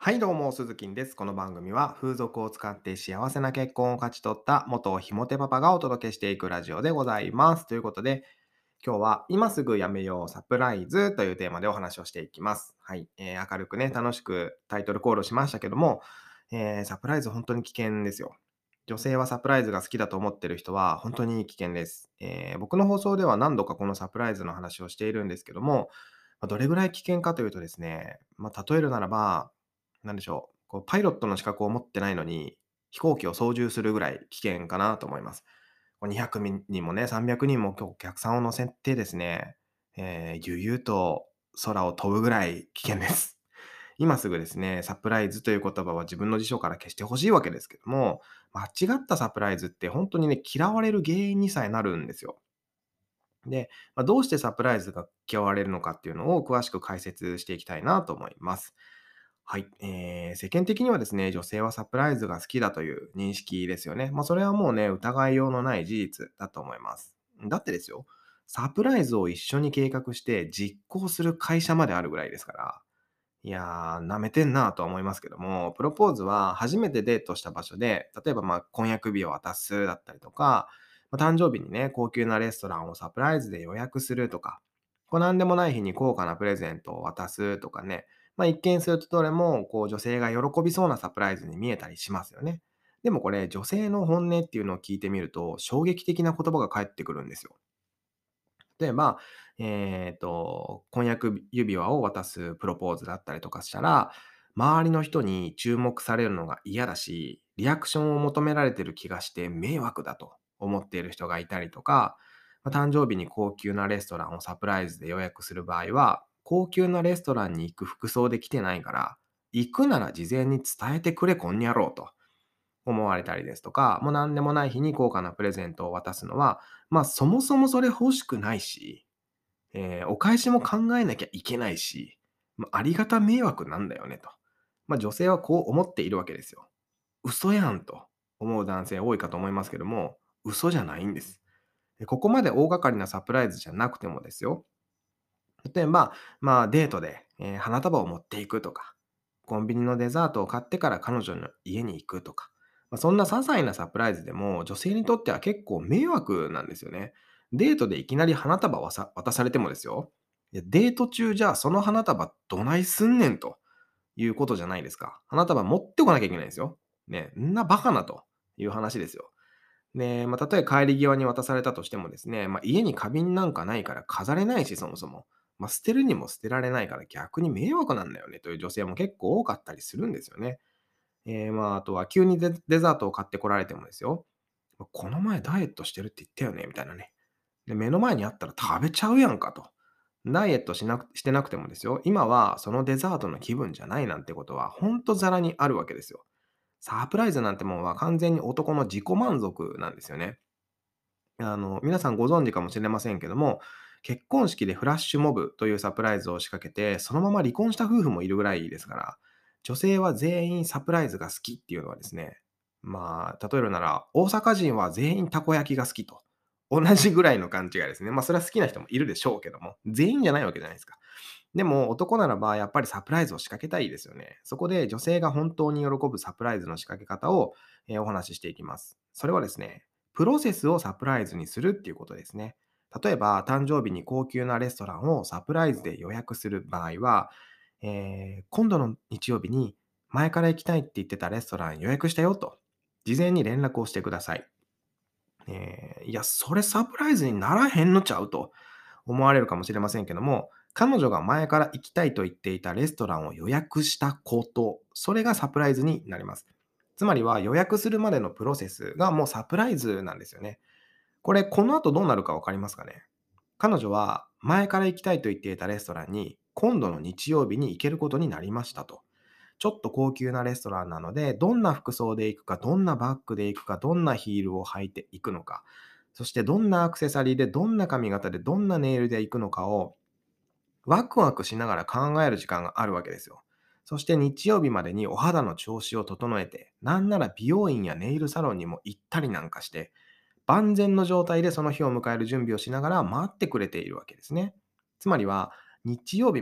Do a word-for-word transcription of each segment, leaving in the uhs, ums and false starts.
はいどうも、鈴木です。この番組は風俗を使って幸せな結婚を勝ち取った元ひもてパパがお届けしていくラジオでございます。ということで、今日は今すぐやめようサプライズというテーマでお話をしていきます。はい。えー明るくね、楽しくタイトルコールしましたけども、えーサプライズ本当に危険ですよ。女性はサプライズが好きだと思ってる人は本当に危険です。えー僕の放送では何度かこのサプライズの話をしているんですけども、まあどれぐらい危険かというとですね、まあ、例えるならば、なんでしょう。こうパイロットの資格を持ってないのに、飛行機を操縦するぐらい危険かなと思います。こうにひゃくにんもね、さんびゃくにんもお客さんを乗せてですね、えー、悠々と空を飛ぶぐらい危険です。今すぐですね、サプライズという言葉は自分の辞書から消してほしいわけですけども、間違ったサプライズって本当にね、嫌われる原因にさえなるんですよ。で、まあ、どうしてサプライズが嫌われるのかっていうのを詳しく解説していきたいなと思います。はい。えー、世間的にはですね、女性はサプライズが好きだという認識ですよね。まあ、それはもうね、疑いようのない事実だと思います。だってですよ、サプライズを一緒に計画して実行する会社まであるぐらいですから、いやー、舐めてんなとは思いますけども、プロポーズは初めてデートした場所で、例えばまあ婚約日を渡すだったりとか、まあ、誕生日にね、高級なレストランをサプライズで予約するとか、こうなんでもない日に高価なプレゼントを渡すとかね、まあ一見するとどれもこう女性が喜びそうなサプライズに見えたりしますよね。でもこれ女性の本音っていうのを聞いてみると衝撃的な言葉が返ってくるんですよ。例えば、えっと、婚約指輪を渡すプロポーズだったりとかしたら、周りの人に注目されるのが嫌だし、リアクションを求められてる気がして迷惑だと思っている人がいたりとか、ま、誕生日に高級なレストランをサプライズで予約する場合は、高級なレストランに行く服装で来てないから、行くなら事前に伝えてくれこんにゃろうと。思われたりですとか、もう何でもない日に高価なプレゼントを渡すのは、まあそもそもそれ欲しくないし、えーお返しも考えなきゃいけないし、まあ、ありがた迷惑なんだよねと。まあ女性はこう思っているわけですよ。嘘やんと思う男性多いかと思いますけども、嘘じゃないんです。でここまで大掛かりなサプライズじゃなくてもですよ。例えば、まあデートで、えー花束を持っていくとか、コンビニのデザートを買ってから彼女の家に行くとか、まあ、そんな些細なサプライズでも女性にとっては結構迷惑なんですよね。デートでいきなり花束をさ渡されてもですよ。いやデート中じゃあその花束どないすんねんということじゃないですか。花束持ってこなきゃいけないんですよ。ね、んなバカなという話ですよ。で、まあ、たとえ帰り際に渡されたとしてもですね、まあ、家に花瓶なんかないから飾れないし、そもそも。まあ、捨てるにも捨てられないから逆に迷惑なんだよねという女性も結構多かったりするんですよね。えー、まあ、あとは急にデデザートを買ってこられてもですよ。この前ダイエットしてるって言ったよねみたいなね。で、目の前にあったら食べちゃうやんかと。ダイエットしなくしてなくてもですよ。今はそのデザートの気分じゃないなんてことはほんとざらにあるわけですよ。サプライズなんてもんは完全に男の自己満足なんですよね。あの、皆さんご存知かもしれませんけども、結婚式でフラッシュモブというサプライズを仕掛けて、そのまま離婚した夫婦もいるぐらいですから、女性は全員サプライズが好きっていうのはですね、まあ、例えるなら、大阪人は全員たこ焼きが好きと。同じぐらいの勘違いですね。まあ、それは好きな人もいるでしょうけども、全員じゃないわけじゃないですか。でも、男ならばやっぱりサプライズを仕掛けたいですよね。そこで女性が本当に喜ぶサプライズの仕掛け方を、えーお話ししていきます。それはですね、プロセスをサプライズにするっていうことですね。例えば、誕生日に高級なレストランをサプライズで予約する場合は、えー今度の日曜日に前から行きたいって言ってたレストラン予約したよと、事前に連絡をしてください。えーいや、それサプライズにならへんのちゃうと思われるかもしれませんけども、彼女が前から行きたいと言っていたレストランを予約したこと、それがサプライズになります。つまりは予約するまでのプロセスがもうサプライズなんですよね。これ、この後どうなるかわかりますかね？彼女は前から行きたいと言っていたレストランに、今度の日曜日に行けることになりましたと。ちょっと高級なレストランなので、どんな服装で行くか、どんなバッグで行くか、どんなヒールを履いていくのか、そしてどんなアクセサリーで、どんな髪型で、どんなネイルで行くのかをワクワクしながら考える時間があるわけですよ。そして日曜日までにお肌の調子を整えて、なんなら美容院やネイルサロンにも行ったりなんかして、万全の状態でその日を迎える準備をしながら待ってくれているわけですね。つまりは、日曜日まで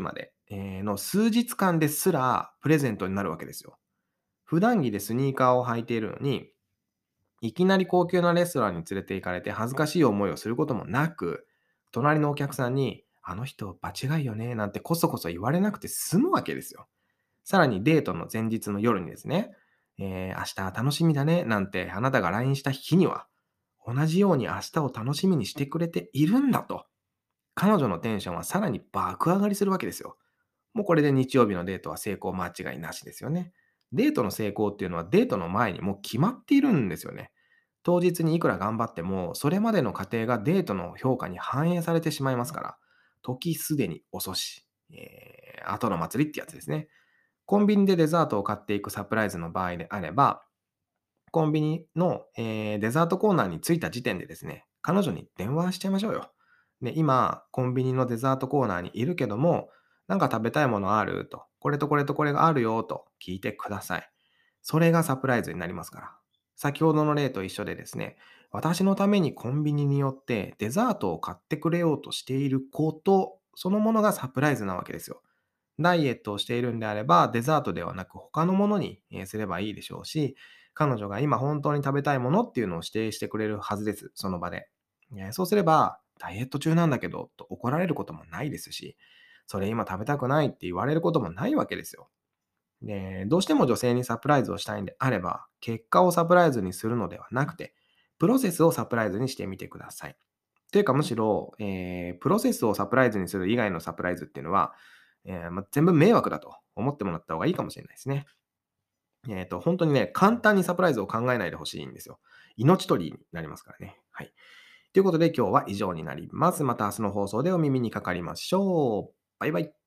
えーの数日間ですらプレゼントになるわけですよ。普段着でスニーカーを履いているのに、いきなり高級なレストランに連れて行かれて恥ずかしい思いをすることもなく、隣のお客さんに、あの人場違いよね、なんてこそこそ言われなくて済むわけですよ。さらにデートの前日の夜にですね、えー明日楽しみだね、なんてあなたが ライン した日には、同じように明日を楽しみにしてくれているんだと、彼女のテンションはさらに爆上がりするわけですよ。もうこれで日曜日のデートは成功間違いなしですよね。デートの成功っていうのはデートの前にもう決まっているんですよね。当日にいくら頑張っても、それまでの過程がデートの評価に反映されてしまいますから、時すでに遅し、えー、後の祭りってやつですね。コンビニでデザートを買っていくサプライズの場合であれば、コンビニの、えーデザートコーナーに着いた時点でですね、彼女に電話しちゃいましょうよ。で、今、コンビニのデザートコーナーにいるけども、なんか食べたいものあると、これとこれとこれがあるよと聞いてください。それがサプライズになりますから。先ほどの例と一緒でですね、私のためにコンビニによってデザートを買ってくれようとしていることそのものがサプライズなわけですよ。ダイエットをしているんであれば、デザートではなく他のものにえーすればいいでしょうし、彼女が今本当に食べたいものっていうのを指定してくれるはずです。その場で。えーそうすれば、ダイエット中なんだけど、と怒られることもないですし、それ今食べたくないって言われることもないわけですよ。で、どうしても女性にサプライズをしたいんであれば、結果をサプライズにするのではなくて、プロセスをサプライズにしてみてください。というかむしろ、えープロセスをサプライズにする以外のサプライズっていうのは、えーま、全部迷惑だと思ってもらった方がいいかもしれないですね。えっと、本当にね、簡単にサプライズを考えないでほしいんですよ。命取りになりますからね。はい。ということで今日は以上になります。また明日の放送でお耳にかかりましょう。バイバイ。